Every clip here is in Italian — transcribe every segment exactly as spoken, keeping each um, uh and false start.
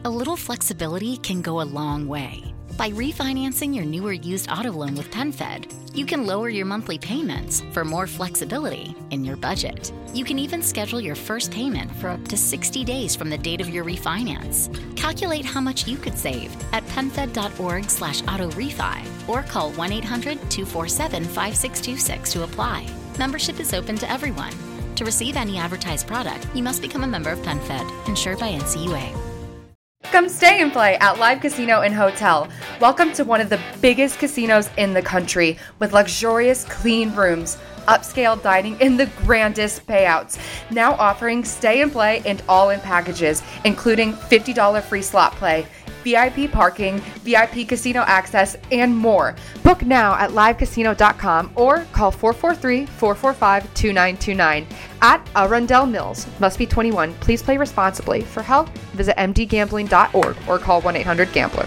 A little flexibility can go a long way. By refinancing your new or used auto loan with PenFed, you can lower your monthly payments for more flexibility in your budget. You can even schedule your first payment for up to sixty days from the date of your refinance. Calculate how much you could save at PenFed.org slash auto refi or call one eight hundred two four seven five six two six to apply. Membership is open to everyone. To receive any advertised product, you must become a member of PenFed, insured by N C U A. Come stay and play at Live Casino and Hotel. Welcome to one of the biggest casinos in the country with luxurious, clean rooms, upscale dining, and the grandest payouts. Now offering stay and play and all-in packages, including fifty dollars free slot play, V I P parking, V I P casino access, and more. Book now at live casino dot com or call four four three, four four five, two nine two nine. At Arundel Mills. Must be twenty-one. Please play responsibly. For help, visit m d gambling dot org or call one eight hundred gambler.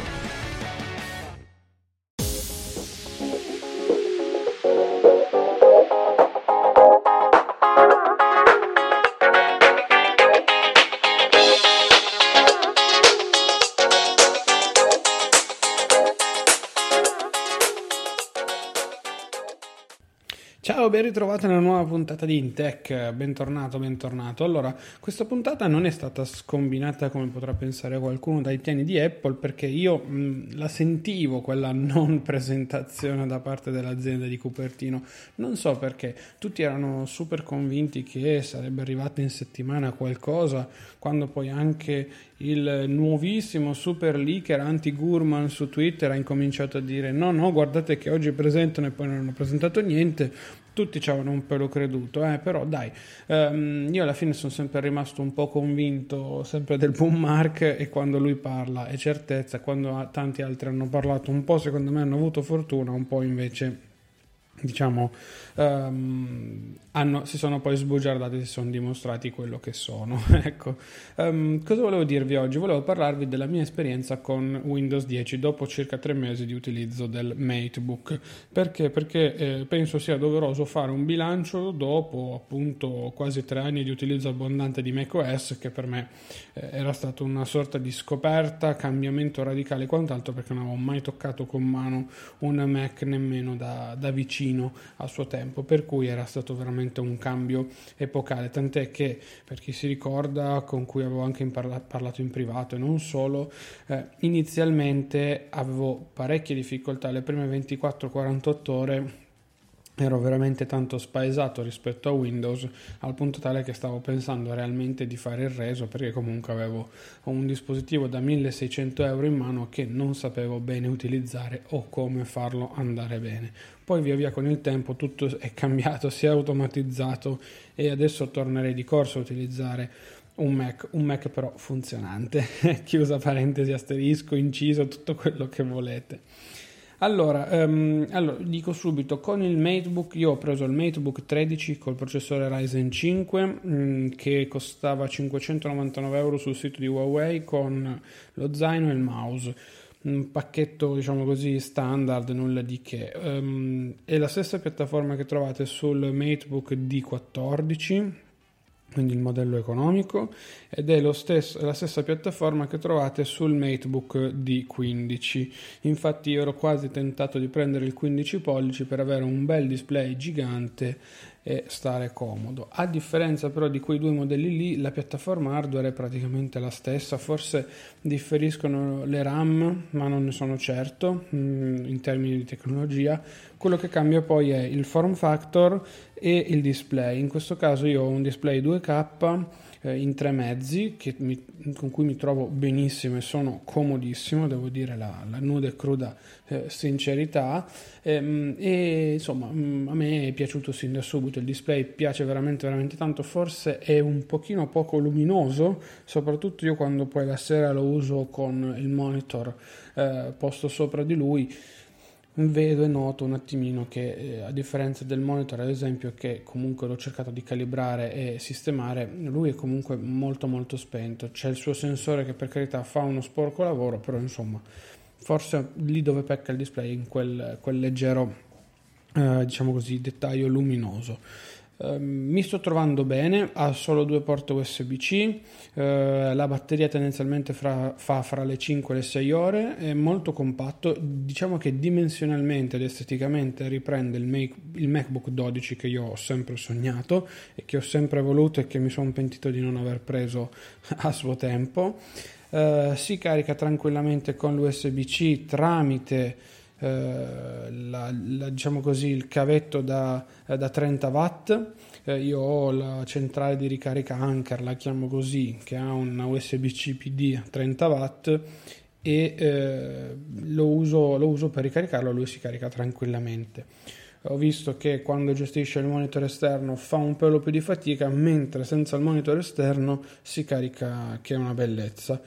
Ciao, ben ritrovato nella nuova puntata di InTech, bentornato, bentornato. Allora, questa puntata non è stata scombinata come potrà pensare qualcuno dai piani di Apple, perché io mh, la sentivo quella non presentazione da parte dell'azienda di Cupertino. Non so perché, tutti erano super convinti che sarebbe arrivato in settimana qualcosa, quando poi anche il nuovissimo super leaker anti-Gurman su Twitter ha incominciato a dire no, no, guardate che oggi presentano, e poi non hanno presentato niente. Tutti ci avevano un pelo creduto, eh, però dai, ehm, io alla fine sono sempre rimasto un po' convinto sempre del buon Mark, e quando lui parla è certezza, quando tanti altri hanno parlato un po', secondo me hanno avuto fortuna, un po' invece diciamo um, hanno, si sono poi sbugiardati, si sono dimostrati quello che sono. Ecco, um, cosa volevo dirvi oggi? Volevo parlarvi della mia esperienza con Windows dieci dopo circa tre mesi di utilizzo del MateBook. Perché? Perché eh, penso sia doveroso fare un bilancio dopo appunto quasi tre anni di utilizzo abbondante di macOS, che per me eh, era stata una sorta di scoperta, cambiamento radicale e quant'altro, perché non avevo mai toccato con mano un Mac nemmeno da, da vicino a suo tempo, per cui era stato veramente un cambio epocale, tant'è che, per chi si ricorda, con cui avevo anche imparla- parlato in privato e non solo, eh, inizialmente avevo parecchie difficoltà, le prime ventiquattro quarantotto ore ero veramente tanto spaesato rispetto a Windows, al punto tale che stavo pensando realmente di fare il reso, perché comunque avevo un dispositivo da milleseicento euro in mano che non sapevo bene utilizzare o come farlo andare bene. Poi via via con il tempo tutto è cambiato, si è automatizzato e adesso tornerei di corso a utilizzare un Mac, un Mac però funzionante. Chiusa parentesi, asterisco, inciso, tutto quello che volete. Allora, um, allora, dico subito, con il MateBook io ho preso il MateBook tredici col processore Ryzen cinque mh, che costava cinquecentonovantanove euro sul sito di Huawei, con lo zaino e il mouse, un pacchetto diciamo così standard, nulla di che. Um, è la stessa piattaforma che trovate sul MateBook D quattordici, quindi il modello economico, ed è lo stesso, la stessa piattaforma che trovate sul MateBook D quindici. Infatti io ero quasi tentato di prendere il quindici pollici per avere un bel display gigante e stare comodo. A differenza però di quei due modelli lì, la piattaforma hardware è praticamente la stessa, forse differiscono le RAM, ma non ne sono certo mh, in termini di tecnologia. Quello che cambia poi è il form factor e il display. In questo caso io ho un display due K eh, in tre mezzi che mi, con cui mi trovo benissimo e sono comodissimo, devo dire la, la nuda e cruda eh, sincerità, ehm, e insomma mh, a me è piaciuto sin da subito, il display piace veramente veramente tanto, forse è un pochino poco luminoso, soprattutto io quando poi la sera lo uso con il monitor eh, posto sopra di lui. Vedo e noto un attimino che eh, a differenza del monitor ad esempio, che comunque l'ho cercato di calibrare e sistemare, lui è comunque molto molto spento. C'è il suo sensore che per carità fa uno sporco lavoro, però insomma forse lì dove pecca il display, in quel, quel leggero eh, diciamo così dettaglio luminoso. Uh, mi sto trovando bene, ha solo due porte U S B C, uh, la batteria tendenzialmente fra, fa fra le cinque e le sei ore, è molto compatto, diciamo che dimensionalmente ed esteticamente riprende il, Mac, il MacBook dodici che io ho sempre sognato e che ho sempre voluto e che mi sono pentito di non aver preso a suo tempo. Uh, si carica tranquillamente con l'U S B C tramite Uh, la, la, diciamo così, il cavetto da, da trenta watt. Uh, io ho la centrale di ricarica Anker, la chiamo così, che ha una U S B C P D a trenta watt e uh, lo, uso, lo uso per ricaricarlo, lui si carica tranquillamente. Ho visto che quando gestisce il monitor esterno fa un pelo più di fatica, mentre senza il monitor esterno si carica, che è una bellezza.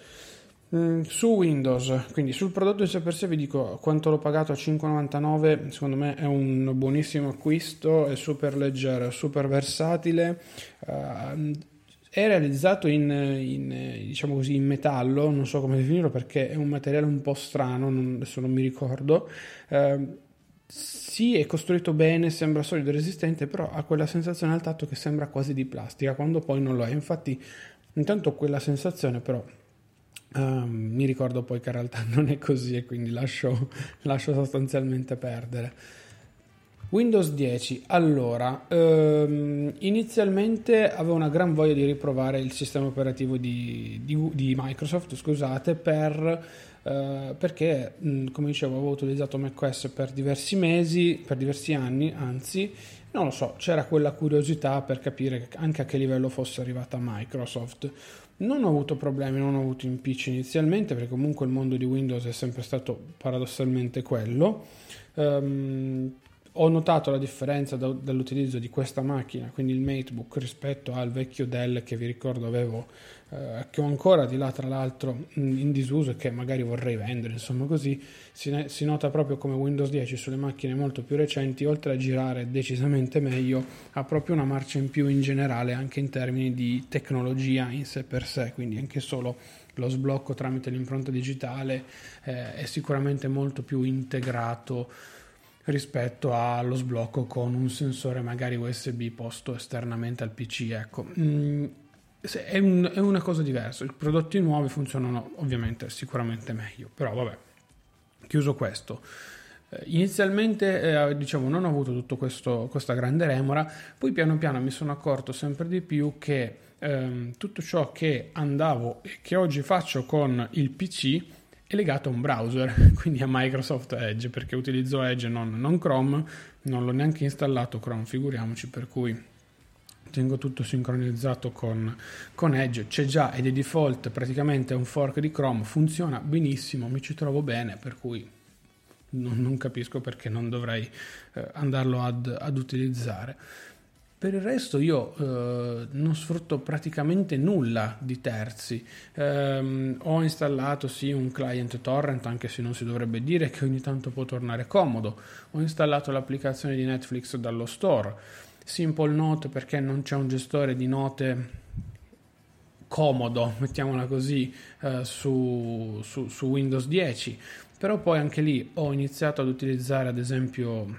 Su Windows, quindi sul prodotto in sé per sé vi dico quanto l'ho pagato a cinque virgola novantanove, secondo me è un buonissimo acquisto, è super leggero, super versatile, uh, è realizzato in, in, diciamo così, in metallo, non so come definirlo perché è un materiale un po' strano, non, adesso non mi ricordo. Uh, sì, è costruito bene, sembra solido e resistente, però ha quella sensazione al tatto che sembra quasi di plastica, quando poi non lo è. Infatti intanto quella sensazione però Um, mi ricordo poi che in realtà non è così e quindi lascio, lascio sostanzialmente perdere. Windows dieci, allora um, inizialmente avevo una gran voglia di riprovare il sistema operativo di, di, di Microsoft, scusate, per, uh, perché mh, come dicevo avevo utilizzato macOS per diversi mesi, per diversi anni anzi, non lo so, c'era quella curiosità per capire anche a che livello fosse arrivata Microsoft. Non ho avuto problemi, non ho avuto impicci inizialmente, perché comunque il mondo di Windows è sempre stato paradossalmente quello. Um, ho notato la differenza da, dall'utilizzo di questa macchina, quindi il MateBook, rispetto al vecchio Dell che vi ricordo avevo, eh, che ho ancora di là tra l'altro in disuso e che magari vorrei vendere, insomma così. Si, ne, si nota proprio come Windows dieci sulle macchine molto più recenti, oltre a girare decisamente meglio, ha proprio una marcia in più in generale anche in termini di tecnologia in sé per sé, quindi anche solo lo sblocco tramite l'impronta digitale eh, è sicuramente molto più integrato rispetto allo sblocco con un sensore magari U S B posto esternamente al P C, ecco. Mm, è, un, è una cosa diversa. I prodotti nuovi funzionano ovviamente sicuramente meglio, però vabbè, chiuso questo. Eh, inizialmente eh, diciamo non ho avuto tutto questo, questa grande remora, poi piano piano mi sono accorto sempre di più che ehm, tutto ciò che andavo e che oggi faccio con il P C è legato a un browser, quindi a Microsoft Edge, perché utilizzo Edge, non, non Chrome, non l'ho neanche installato Chrome, figuriamoci, per cui tengo tutto sincronizzato con, con Edge, c'è già ed è default, praticamente è un fork di Chrome, funziona benissimo, mi ci trovo bene, per cui non, non capisco perché non dovrei eh, andarlo ad, ad utilizzare. Per il resto io eh, non sfrutto praticamente nulla di terzi. Eh, ho installato sì un client torrent, anche se non si dovrebbe dire, che ogni tanto può tornare comodo. Ho installato l'applicazione di Netflix dallo store. Simple Note perché non c'è un gestore di note comodo, mettiamola così, eh, su, su, su Windows dieci. Però poi anche lì ho iniziato ad utilizzare ad esempio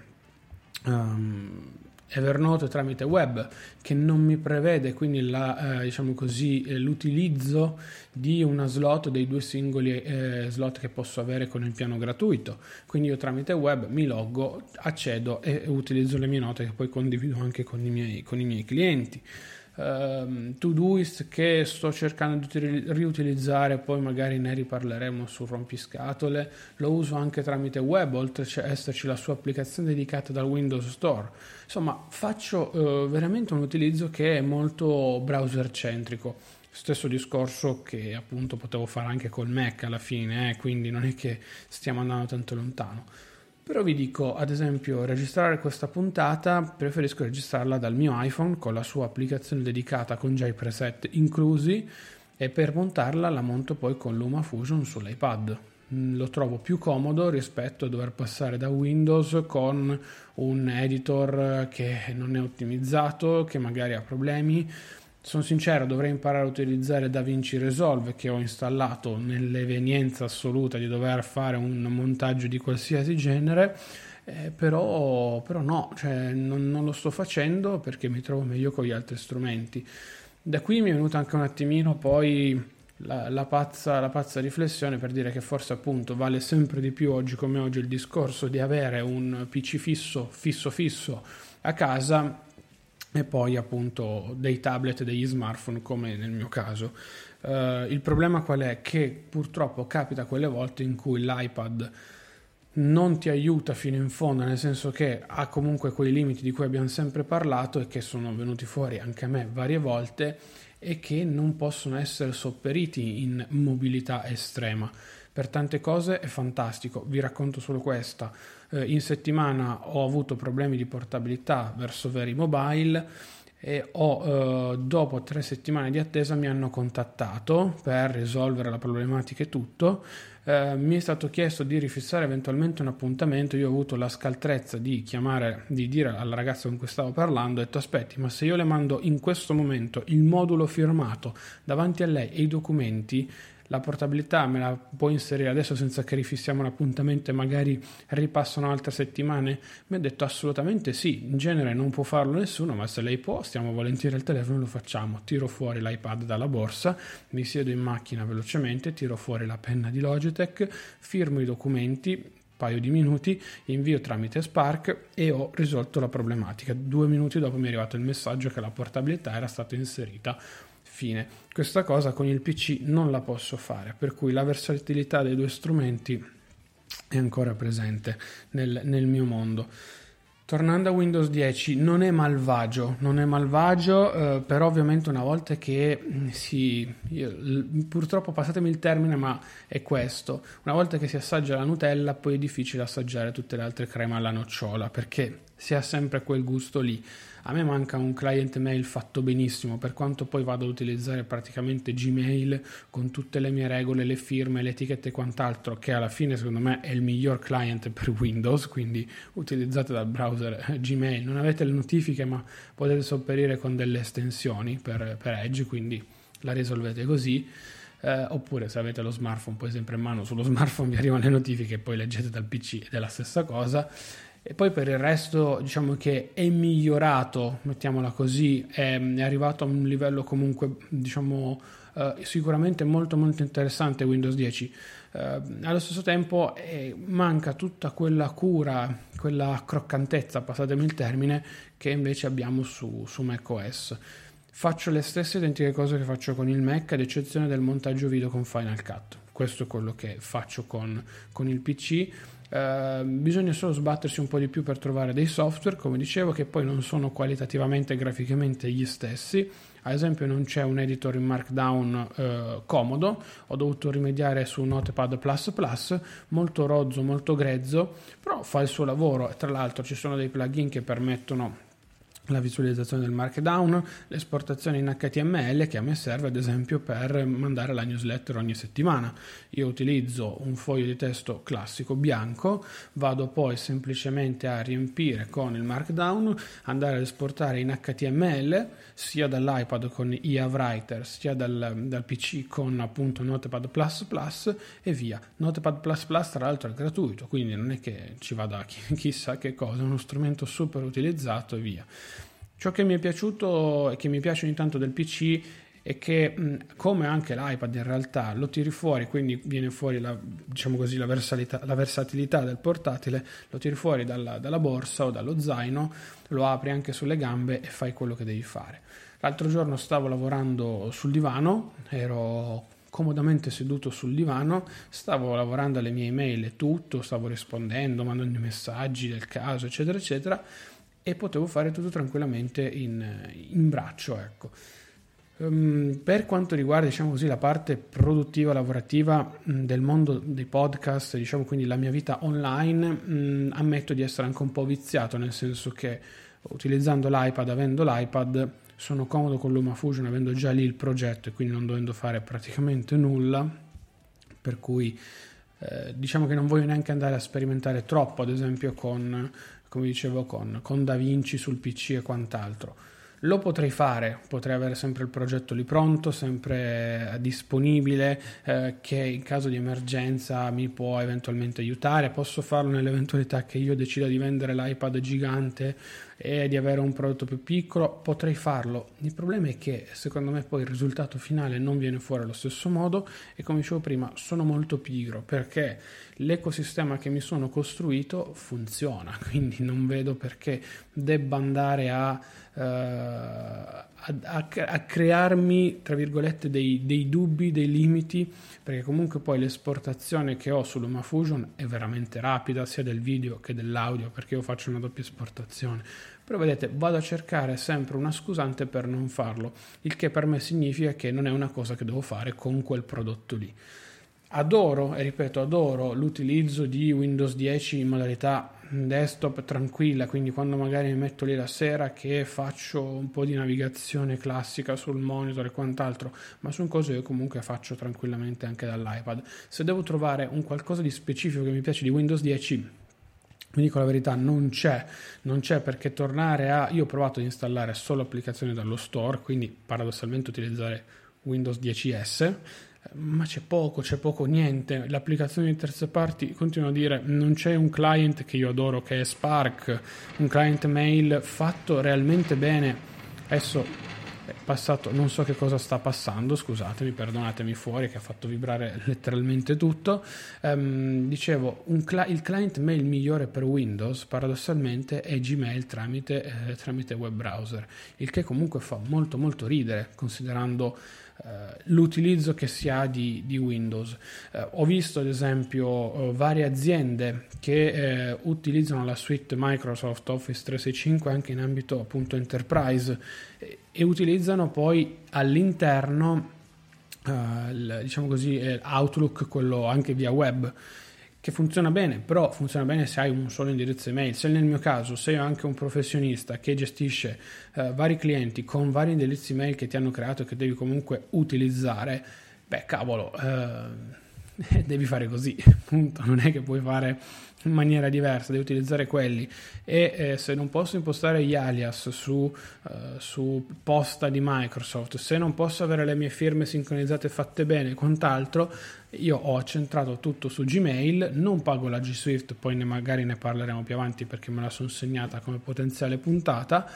Um, Evernote tramite web, che non mi prevede quindi la, eh, diciamo così, eh, l'utilizzo di una slot dei due singoli eh, slot che posso avere con il piano gratuito. Quindi io tramite web mi loggo, accedo e utilizzo le mie note che poi condivido anche con i miei, con i miei clienti. Uh, Todoist che sto cercando di riutilizzare, poi magari ne riparleremo su Rompiscatole, lo uso anche tramite web, oltre a esserci la sua applicazione dedicata dal Windows Store. Insomma, faccio uh, veramente un utilizzo che è molto browser centrico, stesso discorso che appunto potevo fare anche col Mac alla fine, eh? Quindi non è che stiamo andando tanto lontano. Però vi dico, ad esempio, registrare questa puntata, preferisco registrarla dal mio iPhone con la sua applicazione dedicata con già i preset inclusi, e per montarla la monto poi con LumaFusion sull'iPad. Lo trovo più comodo rispetto a dover passare da Windows con un editor che non è ottimizzato, che magari ha problemi. Sono sincero, dovrei imparare a utilizzare DaVinci Resolve, che ho installato nell'evenienza assoluta di dover fare un montaggio di qualsiasi genere, eh, però, però no, cioè non, non lo sto facendo perché mi trovo meglio con gli altri strumenti. Da qui mi è venuta anche un attimino poi la, la, pazza, la pazza riflessione per dire che forse appunto vale sempre di più oggi come oggi il discorso di avere un P C fisso, fisso fisso a casa e poi appunto dei tablet e degli smartphone come nel mio caso. Uh, il problema qual è? Che purtroppo capita quelle volte in cui l'iPad non ti aiuta fino in fondo, nel senso che ha comunque quei limiti di cui abbiamo sempre parlato e che sono venuti fuori anche a me varie volte e che non possono essere sopperiti in mobilità estrema. Per tante cose è fantastico, vi racconto solo questa. Eh, in settimana ho avuto problemi di portabilità verso Very Mobile e ho, eh, dopo tre settimane di attesa mi hanno contattato per risolvere la problematica e tutto. Eh, mi è stato chiesto di rifissare eventualmente un appuntamento. Io ho avuto la scaltrezza di chiamare, di dire alla ragazza con cui stavo parlando, ho detto aspetti, ma se io le mando in questo momento il modulo firmato davanti a lei e i documenti, la portabilità me la può inserire adesso senza che rifissiamo l'appuntamento e magari ripassano altre settimane? Mi ha detto assolutamente sì, in genere non può farlo nessuno, ma se lei può stiamo volentieri al telefono e lo facciamo. Tiro fuori l'iPad dalla borsa, mi siedo in macchina velocemente, tiro fuori la penna di Logitech, firmo i documenti, paio di minuti, invio tramite Spark e ho risolto la problematica. Due minuti dopo mi è arrivato il messaggio che la portabilità era stata inserita. Fine. Questa cosa con il P C non la posso fare, per cui la versatilità dei due strumenti è ancora presente nel, nel mio mondo. Tornando a Windows dieci, non è malvagio, non è malvagio, eh, però ovviamente una volta che si, io, l, purtroppo passatemi il termine, ma è questo, una volta che si assaggia la Nutella, poi è difficile assaggiare tutte le altre creme alla nocciola, perché si ha sempre quel gusto lì. A me manca un client mail fatto benissimo, per quanto poi vado ad utilizzare praticamente Gmail con tutte le mie regole, le firme, le etichette e quant'altro, che alla fine secondo me è il miglior client per Windows, quindi utilizzate dal browser Gmail. Non avete le notifiche, ma potete sopperire con delle estensioni per, per Edge, quindi la risolvete così. Eh, oppure se avete lo smartphone poi sempre in mano, sullo smartphone vi arrivano le notifiche e poi leggete dal P C ed è la stessa cosa. E poi per il resto diciamo che è migliorato, mettiamola così, è, è arrivato a un livello comunque diciamo eh, sicuramente molto molto interessante Windows dieci. Eh, allo stesso tempo eh, manca tutta quella cura, quella croccantezza, passatemi il termine, che invece abbiamo su, su macOS. Faccio le stesse identiche cose che faccio con il Mac, ad eccezione del montaggio video con Final Cut. Questo è quello che faccio con, con il P C. Uh, bisogna solo sbattersi un po' di più per trovare dei software, come dicevo, che poi non sono qualitativamente e graficamente gli stessi. Ad esempio non c'è un editor in Markdown uh, comodo, ho dovuto rimediare su Notepad plus plus, molto rozzo, molto grezzo, però fa il suo lavoro. Tra l'altro ci sono dei plugin che permettono la visualizzazione del Markdown, l'esportazione in H T M L, che a me serve ad esempio per mandare la newsletter ogni settimana. Io utilizzo un foglio di testo classico bianco, vado poi semplicemente a riempire con il Markdown, andare ad esportare in H T M L sia dall'iPad con I A Writer sia dal, dal P C con appunto Notepad plus plus e via. Notepad plus plus tra l'altro è gratuito, quindi non è che ci vada chissà che cosa, è uno strumento super utilizzato e via. Ciò che mi è piaciuto e che mi piace ogni tanto del P C è che, come anche l'iPad in realtà, lo tiri fuori, quindi viene fuori la, diciamo così, la versatilità, la versatilità del portatile, lo tiri fuori dalla, dalla borsa o dallo zaino, lo apri anche sulle gambe e fai quello che devi fare. L'altro giorno stavo lavorando sul divano, ero comodamente seduto sul divano, stavo lavorando alle mie email e tutto, stavo rispondendo, mandando i messaggi del caso, eccetera, eccetera, e potevo fare tutto tranquillamente in, in braccio, ecco. Um, per quanto riguarda, diciamo così, la parte produttiva, lavorativa mh, del mondo dei podcast, diciamo quindi la mia vita online, mh, ammetto di essere anche un po' viziato, nel senso che utilizzando l'iPad, avendo l'iPad, sono comodo con LumaFusion, avendo già lì il progetto e quindi non dovendo fare praticamente nulla, per cui eh, diciamo che non voglio neanche andare a sperimentare troppo, ad esempio con, come dicevo, con, con DaVinci sul P C e quant'altro. Lo potrei fare, potrei avere sempre il progetto lì pronto, sempre disponibile, eh, che in caso di emergenza mi può eventualmente aiutare. Posso farlo nell'eventualità che io decida di vendere l'iPad gigante e di avere un prodotto più piccolo, potrei farlo. Il problema è che secondo me poi il risultato finale non viene fuori allo stesso modo e, come dicevo prima, sono molto pigro perché l'ecosistema che mi sono costruito funziona, quindi non vedo perché debba andare a Uh, a, a, a crearmi tra virgolette dei, dei dubbi, dei limiti, perché comunque poi l'esportazione che ho su LumaFusion è veramente rapida, sia del video che dell'audio, perché io faccio una doppia esportazione. Però vedete, vado a cercare sempre una scusante per non farlo, il che per me significa che non è una cosa che devo fare con quel prodotto lì. Adoro, e ripeto, adoro l'utilizzo di Windows dieci in modalità desktop tranquilla, quindi quando magari mi metto lì la sera che faccio un po' di navigazione classica sul monitor e quant'altro, ma sono cose che comunque faccio tranquillamente anche dall'iPad. Se devo trovare un qualcosa di specifico che mi piace di Windows dieci, vi dico la verità, non c'è, non c'è perché tornare a... Io ho provato ad installare solo applicazioni dallo store, quindi paradossalmente utilizzare Windows dieci S, ma c'è poco, c'è poco, niente. Le applicazioni di terze parti, continuo a dire, non c'è un client che io adoro che è Spark, un client mail fatto realmente bene. Adesso è passato, non so che cosa sta passando, scusatemi, perdonatemi fuori che ha fatto vibrare letteralmente tutto. Um, dicevo, un cl- il client mail migliore per Windows paradossalmente è Gmail tramite, eh, tramite web browser, il che comunque fa molto molto ridere considerando Uh, l'utilizzo che si ha di, di Windows. Uh, ho visto ad esempio uh, varie aziende che uh, utilizzano la suite Microsoft Office trecentosessantacinque anche in ambito appunto enterprise e, e utilizzano poi all'interno uh, il, diciamo così eh, Outlook, quello anche via web, che funziona bene, però funziona bene se hai un solo indirizzo email. Se nel mio caso sei anche un professionista che gestisce eh, vari clienti con vari indirizzi email che ti hanno creato e che devi comunque utilizzare, beh cavolo, eh, devi fare così, punto. Non è che puoi fare in maniera diversa, devi utilizzare quelli e eh, se non posso impostare gli alias su, uh, su posta di Microsoft, se non posso avere le mie firme sincronizzate fatte bene e quant'altro, io ho accentrato tutto su Gmail, non pago la G Suite, poi ne magari ne parleremo più avanti perché me la sono segnata come potenziale puntata,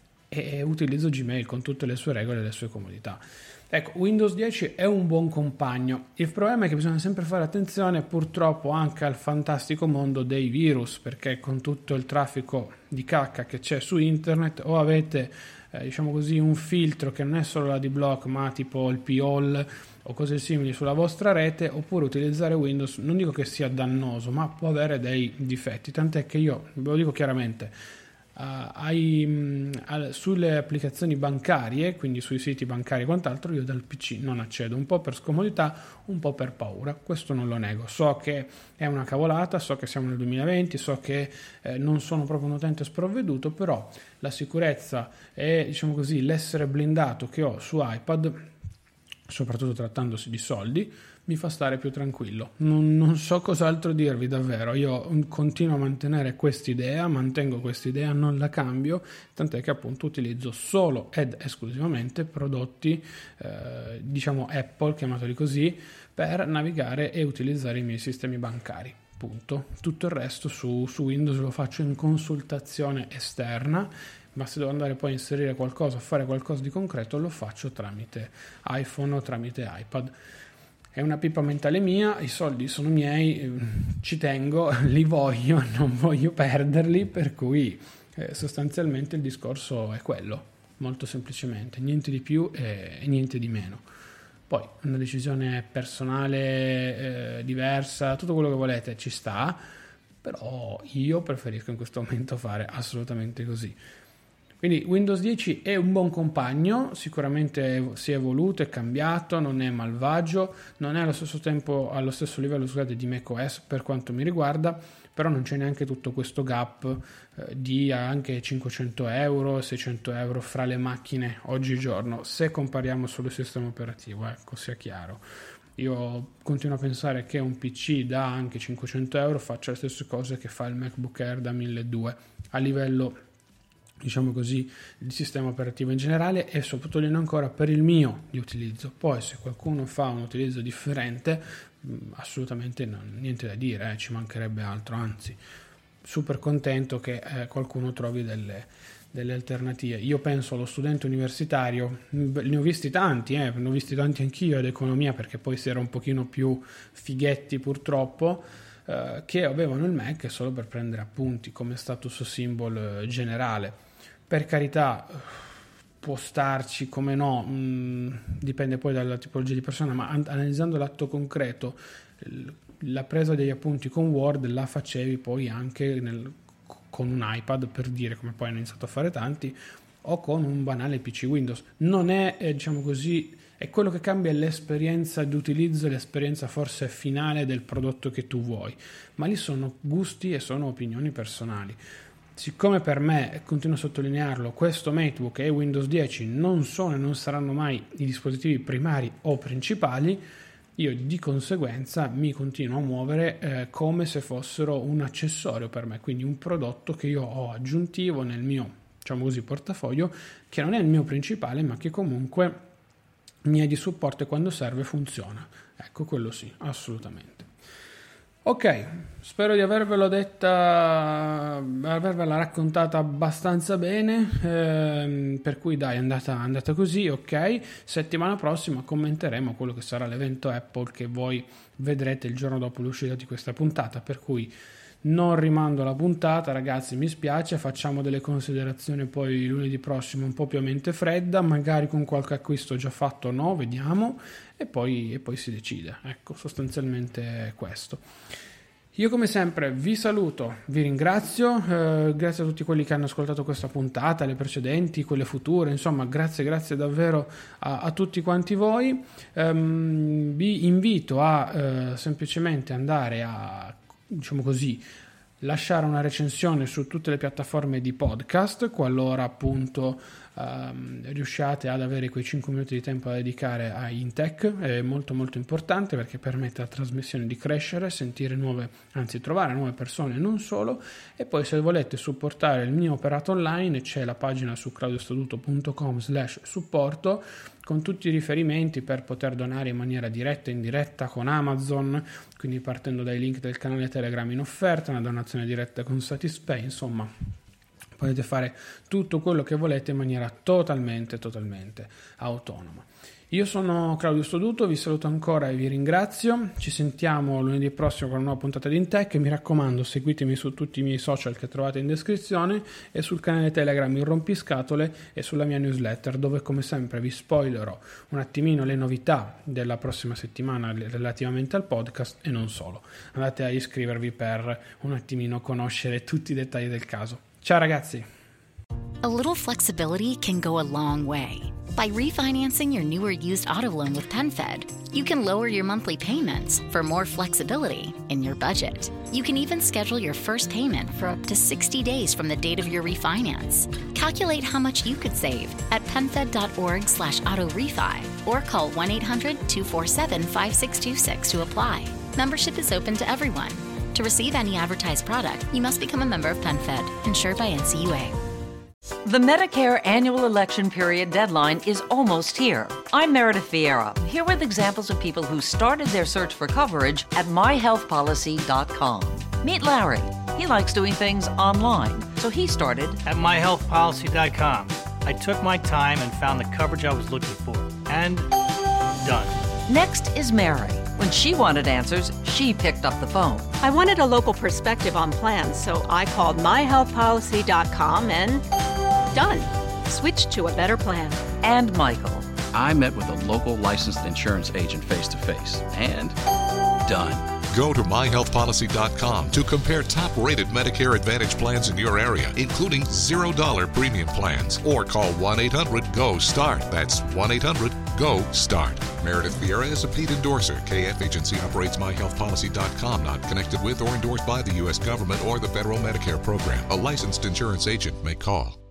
e utilizzo Gmail con tutte le sue regole e le sue comodità. Ecco, Windows dieci è un buon compagno. Il problema è che bisogna sempre fare attenzione purtroppo anche al fantastico mondo dei virus, perché con tutto il traffico di cacca che c'è su internet o avete eh, diciamo così un filtro che non è solo la D-Block ma tipo il P O L o cose simili sulla vostra rete, oppure utilizzare Windows non dico che sia dannoso ma può avere dei difetti, tant'è che io ve lo dico chiaramente. Uh, ai, mh, sulle applicazioni bancarie, quindi sui siti bancari e quant'altro, io dal P C non accedo, un po' per scomodità, un po' per paura, questo non lo nego. So che è una cavolata, so che siamo nel duemilaventi, so che eh, non sono proprio un utente sprovveduto, però la sicurezza e diciamo così l'essere blindato che ho su iPad, soprattutto trattandosi di soldi, mi fa stare più tranquillo. Non, non so cos'altro dirvi davvero. Io continuo a mantenere quest'idea, mantengo quest'idea, non la cambio, tant'è che appunto utilizzo solo ed esclusivamente prodotti eh, diciamo Apple, chiamateli così, per navigare e utilizzare i miei sistemi bancari. Punto. Tutto il resto su, su Windows lo faccio in consultazione esterna, ma se devo andare poi a inserire qualcosa, fare qualcosa di concreto, lo faccio tramite iPhone o tramite iPad. È una pipa mentale mia, i soldi sono miei, ci tengo, li voglio, non voglio perderli, per cui eh, sostanzialmente il discorso è quello, molto semplicemente, niente di più e, e niente di meno. Poi una decisione personale eh, diversa, tutto quello che volete ci sta, però io preferisco in questo momento fare assolutamente così. Quindi Windows dieci è un buon compagno, sicuramente si è evoluto, è cambiato, non è malvagio, non è allo stesso tempo, allo stesso livello scusate, di macOS per quanto mi riguarda, però non c'è neanche tutto questo gap eh, di anche cinquecento euro, seicento euro fra le macchine oggigiorno, se compariamo solo il sistema operativo, ecco, sia chiaro. Io continuo a pensare che un P C da anche cinquecento euro faccia le stesse cose che fa il MacBook Air da milleduecento a livello diciamo così, il sistema operativo in generale, e sottolineo ancora per il mio di utilizzo. Poi se qualcuno fa un utilizzo differente, assolutamente no, niente da dire, eh, ci mancherebbe altro, anzi super contento che eh, qualcuno trovi delle, delle alternative. Io penso allo studente universitario, ne ho visti tanti, eh, ne ho visti tanti anch'io ad economia, perché poi si era un pochino più fighetti purtroppo, eh, che avevano il Mac solo per prendere appunti come status symbol generale. Per carità, può starci, come no, mh, dipende poi dalla tipologia di persona, ma an- analizzando l'atto concreto, l- la presa degli appunti con Word la facevi poi anche nel, con un iPad, per dire, come poi hanno iniziato a fare tanti, o con un banale P C Windows. Non è, eh, diciamo così, è quello che cambia l'esperienza di utilizzo, l'esperienza forse finale del prodotto che tu vuoi, ma lì sono gusti e sono opinioni personali. Siccome per me, continuo a sottolinearlo, questo MateBook e Windows dieci non sono e non saranno mai i dispositivi primari o principali, io di conseguenza mi continuo a muovere eh, come se fossero un accessorio per me, quindi un prodotto che io ho aggiuntivo nel mio, diciamo così, portafoglio, che non è il mio principale, ma che comunque mi è di supporto e quando serve funziona. Ecco, quello sì, assolutamente. Ok, spero di avervelo detta, avervela raccontata abbastanza bene, ehm, per cui dai, è andata, è andata così, ok. Settimana prossima commenteremo quello che sarà l'evento Apple che voi vedrete il giorno dopo l'uscita di questa puntata, per cui non rimando la puntata, ragazzi, mi spiace, facciamo delle considerazioni poi lunedì prossimo un po' più a mente fredda, magari con qualche acquisto già fatto o no, vediamo, e poi, e poi si decide. Ecco, sostanzialmente è questo. Io come sempre vi saluto, vi ringrazio, eh, grazie a tutti quelli che hanno ascoltato questa puntata, le precedenti, quelle future, insomma grazie, grazie davvero a, a tutti quanti voi. Um, vi invito a eh, semplicemente andare a, diciamo così, lasciare una recensione su tutte le piattaforme di podcast, qualora appunto um, riusciate ad avere quei cinque minuti di tempo da dedicare a Intech. È molto molto importante perché permette alla trasmissione di crescere, sentire nuove, anzi trovare nuove persone, non solo. E poi se volete supportare il mio operato online c'è la pagina su claudiostoduto punto com slash supporto con tutti i riferimenti per poter donare in maniera diretta e indiretta con Amazon, quindi partendo dai link del canale Telegram in offerta, una donazione diretta con Satispay, insomma potete fare tutto quello che volete in maniera totalmente, totalmente autonoma. Io sono Claudio Stoduto, vi saluto ancora e vi ringrazio. Ci sentiamo lunedì prossimo con una nuova puntata di Intech e mi raccomando seguitemi su tutti i miei social che trovate in descrizione e sul canale Telegram Il Rompiscatole e sulla mia newsletter, dove come sempre vi spoilerò un attimino le novità della prossima settimana relativamente al podcast e non solo. Andate a iscrivervi per un attimino conoscere tutti i dettagli del caso. Ciao ragazzi! A little flexibility can go a long way. By refinancing your new or used auto loan with PenFed, you can lower your monthly payments for more flexibility in your budget. You can even schedule your first payment for up to sixty days from the date of your refinance. Calculate how much you could save at penfed.org slash auto refi or call one eight hundred two four seven five six two six to apply. Membership is open to everyone. To receive any advertised product, you must become a member of PenFed, insured by N C U A. The Medicare annual election period deadline is almost here. I'm Meredith Vieira, here with examples of people who started their search for coverage at my health policy dot com. Meet Larry. He likes doing things online, so he started at my health policy dot com. I took my time and found the coverage I was looking for. And done. Next is Mary. When she wanted answers, she picked up the phone. I wanted a local perspective on plans, so I called my health policy dot com and done. Switched to a better plan. And Michael. I met with a local licensed insurance agent face-to-face. And done. Go to my health policy dot com to compare top-rated Medicare Advantage plans in your area, including zero dollar premium plans. Or call one eight hundred G O START. That's one eight hundred G O START. Meredith Vieira is a paid endorser. K F Agency operates my health policy dot com, not connected with or endorsed by the U S government or the federal Medicare program. A licensed insurance agent may call.